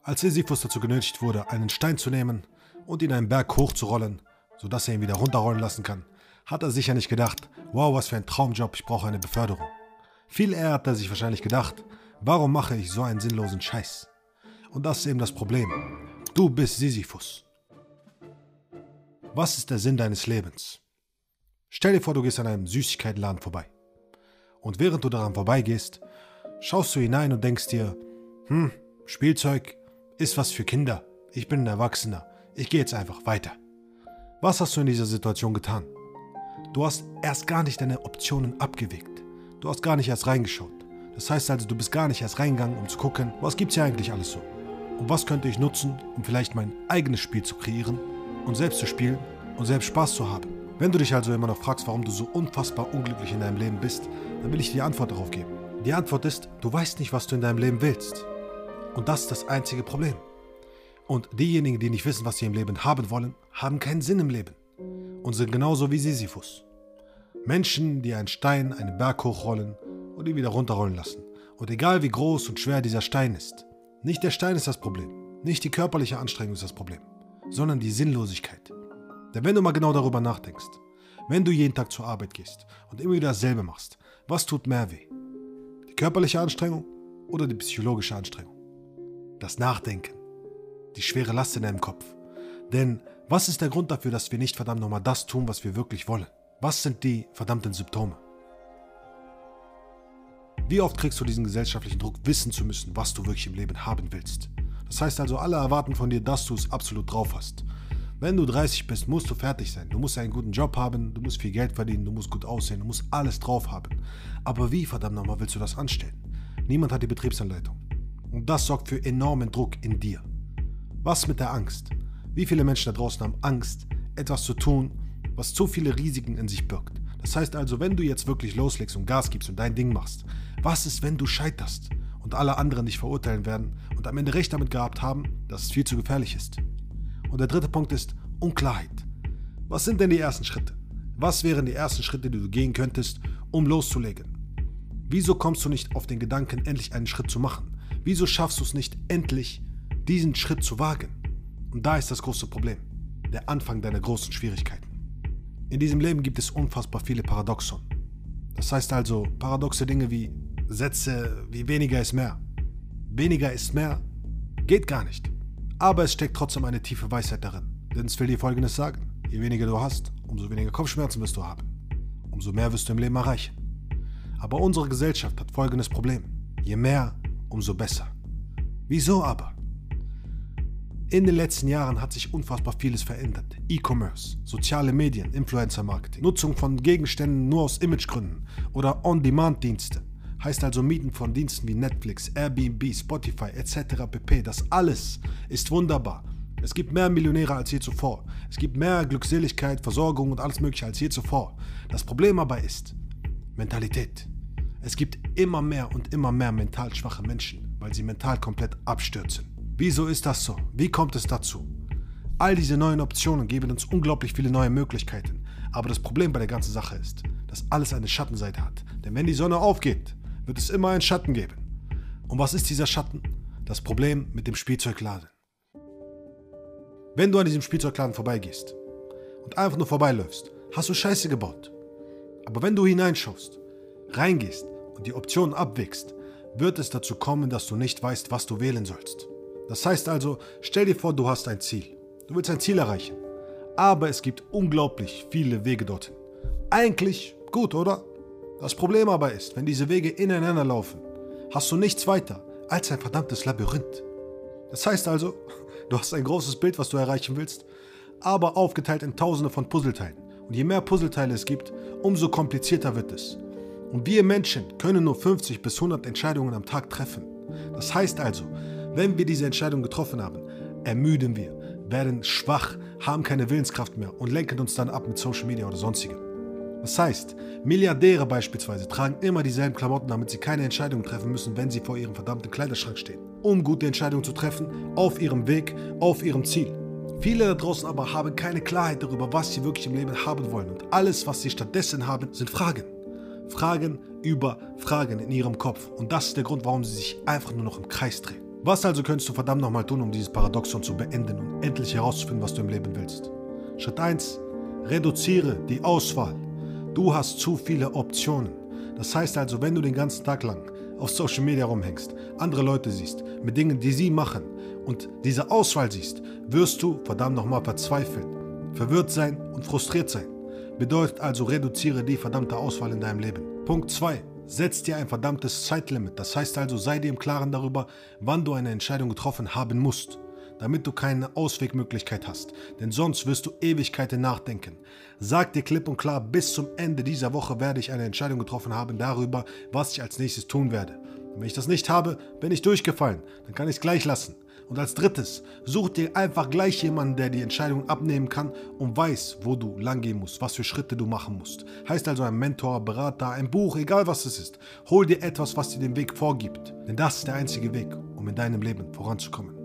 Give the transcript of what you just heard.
Als Sisyphus dazu genötigt wurde, einen Stein zu nehmen und ihn einen Berg hochzurollen, sodass er ihn wieder runterrollen lassen kann, hat er sicher nicht gedacht, wow, was für ein Traumjob, ich brauche eine Beförderung. Viel eher hat er sich wahrscheinlich gedacht, warum mache ich so einen sinnlosen Scheiß? Und das ist eben das Problem. Du bist Sisyphus. Was ist der Sinn deines Lebens? Stell dir vor, du gehst an einem Süßigkeitenladen vorbei. Und während du daran vorbeigehst, schaust du hinein und denkst dir, Spielzeug ist was für Kinder. Ich bin ein Erwachsener. Ich gehe jetzt einfach weiter. Was hast du in dieser Situation getan? Du hast erst gar nicht deine Optionen abgewegt. Du hast gar nicht erst reingeschaut. Das heißt also, du bist gar nicht erst reingegangen, um zu gucken, was gibt's hier eigentlich alles so? Und was könnte ich nutzen, um vielleicht mein eigenes Spiel zu kreieren und selbst zu spielen und selbst Spaß zu haben? Wenn du dich also immer noch fragst, warum du so unfassbar unglücklich in deinem Leben bist, dann will ich dir die Antwort darauf geben. Die Antwort ist, du weißt nicht, was du in deinem Leben willst. Und das ist das einzige Problem. Und diejenigen, die nicht wissen, was sie im Leben haben wollen, haben keinen Sinn im Leben und sind genauso wie Sisyphus. Menschen, die einen Stein, einen Berg hochrollen und ihn wieder runterrollen lassen. Und egal wie groß und schwer dieser Stein ist, nicht der Stein ist das Problem, nicht die körperliche Anstrengung ist das Problem, sondern die Sinnlosigkeit. Denn wenn du mal genau darüber nachdenkst, wenn du jeden Tag zur Arbeit gehst und immer wieder dasselbe machst, was tut mehr weh? Die körperliche Anstrengung oder die psychologische Anstrengung? Das Nachdenken, die schwere Last in deinem Kopf. Denn was ist der Grund dafür, dass wir nicht verdammt nochmal das tun, was wir wirklich wollen? Was sind die verdammten Symptome? Wie oft kriegst du diesen gesellschaftlichen Druck, wissen zu müssen, was du wirklich im Leben haben willst? Das heißt also, alle erwarten von dir, dass du es absolut drauf hast. Wenn du 30 bist, musst du fertig sein. Du musst einen guten Job haben, du musst viel Geld verdienen, du musst gut aussehen, du musst alles drauf haben. Aber wie, verdammt nochmal, willst du das anstellen? Niemand hat die Betriebsanleitung. Und das sorgt für enormen Druck in dir. Was mit der Angst? Wie viele Menschen da draußen haben Angst, etwas zu tun, was zu viele Risiken in sich birgt? Das heißt also, wenn du jetzt wirklich loslegst und Gas gibst und dein Ding machst, was ist, wenn du scheiterst und alle anderen dich verurteilen werden und am Ende recht damit gehabt haben, dass es viel zu gefährlich ist? Und der dritte Punkt ist Unklarheit. Was sind denn die ersten Schritte? Was wären die ersten Schritte, die du gehen könntest, um loszulegen? Wieso kommst du nicht auf den Gedanken, endlich einen Schritt zu machen? Wieso schaffst du es nicht, endlich diesen Schritt zu wagen? Und da ist das große Problem, der Anfang deiner großen Schwierigkeiten. In diesem Leben gibt es unfassbar viele Paradoxon. Das heißt also paradoxe Dinge wie Sätze wie weniger ist mehr. Weniger ist mehr geht gar nicht. Aber es steckt trotzdem eine tiefe Weisheit darin. Denn es will dir Folgendes sagen: Je weniger du hast, umso weniger Kopfschmerzen wirst du haben. Umso mehr wirst du im Leben erreichen. Aber unsere Gesellschaft hat folgendes Problem: Je mehr, umso besser. Wieso aber? In den letzten Jahren hat sich unfassbar vieles verändert. E-Commerce, soziale Medien, Influencer-Marketing, Nutzung von Gegenständen nur aus Imagegründen oder On-Demand-Dienste. Heißt also Mieten von Diensten wie Netflix, Airbnb, Spotify etc. pp. Das alles ist wunderbar. Es gibt mehr Millionäre als je zuvor. Es gibt mehr Glückseligkeit, Versorgung und alles mögliche als je zuvor. Das Problem aber ist Mentalität. Es gibt immer mehr und immer mehr mental schwache Menschen, weil sie mental komplett abstürzen. Wieso ist das so? Wie kommt es dazu? All diese neuen Optionen geben uns unglaublich viele neue Möglichkeiten. Aber das Problem bei der ganzen Sache ist, dass alles eine Schattenseite hat. Denn wenn die Sonne aufgeht, wird es immer einen Schatten geben. Und was ist dieser Schatten? Das Problem mit dem Spielzeugladen. Wenn du an diesem Spielzeugladen vorbeigehst und einfach nur vorbeiläufst, hast du Scheiße gebaut. Aber wenn du hineinschaust, reingehst und die Optionen abwägst, wird es dazu kommen, dass du nicht weißt, was du wählen sollst. Das heißt also, stell dir vor, du hast ein Ziel. Du willst ein Ziel erreichen. Aber es gibt unglaublich viele Wege dorthin. Eigentlich gut, oder? Das Problem aber ist, wenn diese Wege ineinander laufen, hast du nichts weiter als ein verdammtes Labyrinth. Das heißt also, du hast ein großes Bild, was du erreichen willst, aber aufgeteilt in Tausende von Puzzleteilen. Und je mehr Puzzleteile es gibt, umso komplizierter wird es. Und wir Menschen können nur 50 bis 100 Entscheidungen am Tag treffen. Das heißt also, wenn wir diese Entscheidung getroffen haben, ermüden wir, werden schwach, haben keine Willenskraft mehr und lenken uns dann ab mit Social Media oder sonstigem. Das heißt, Milliardäre beispielsweise tragen immer dieselben Klamotten, damit sie keine Entscheidungen treffen müssen, wenn sie vor ihrem verdammten Kleiderschrank stehen, um gute Entscheidungen zu treffen, auf ihrem Weg, auf ihrem Ziel. Viele da draußen aber haben keine Klarheit darüber, was sie wirklich im Leben haben wollen. Und alles, was sie stattdessen haben, sind Fragen. Fragen über Fragen in ihrem Kopf. Und das ist der Grund, warum sie sich einfach nur noch im Kreis drehen. Was also könntest du verdammt nochmal tun, um dieses Paradoxon zu beenden und endlich herauszufinden, was du im Leben willst? Schritt 1. Reduziere die Auswahl. Du hast zu viele Optionen. Das heißt also, wenn du den ganzen Tag lang auf Social Media rumhängst, andere Leute siehst, mit Dingen, die sie machen und diese Auswahl siehst, wirst du verdammt nochmal verzweifeln, verwirrt sein und frustriert sein. Bedeutet also, reduziere die verdammte Auswahl in deinem Leben. Punkt 2. Setz dir ein verdammtes Zeitlimit. Das heißt also, sei dir im Klaren darüber, wann du eine Entscheidung getroffen haben musst, damit du keine Auswegmöglichkeit hast. Denn sonst wirst du Ewigkeiten nachdenken. Sag dir klipp und klar, bis zum Ende dieser Woche werde ich eine Entscheidung getroffen haben darüber, was ich als nächstes tun werde. Und wenn ich das nicht habe, bin ich durchgefallen. Dann kann ich es gleich lassen. Und als drittes, such dir einfach gleich jemanden, der die Entscheidung abnehmen kann und weiß, wo du lang gehen musst, was für Schritte du machen musst. Heißt also ein Mentor, Berater, ein Buch, egal was es ist. Hol dir etwas, was dir den Weg vorgibt. Denn das ist der einzige Weg, um in deinem Leben voranzukommen.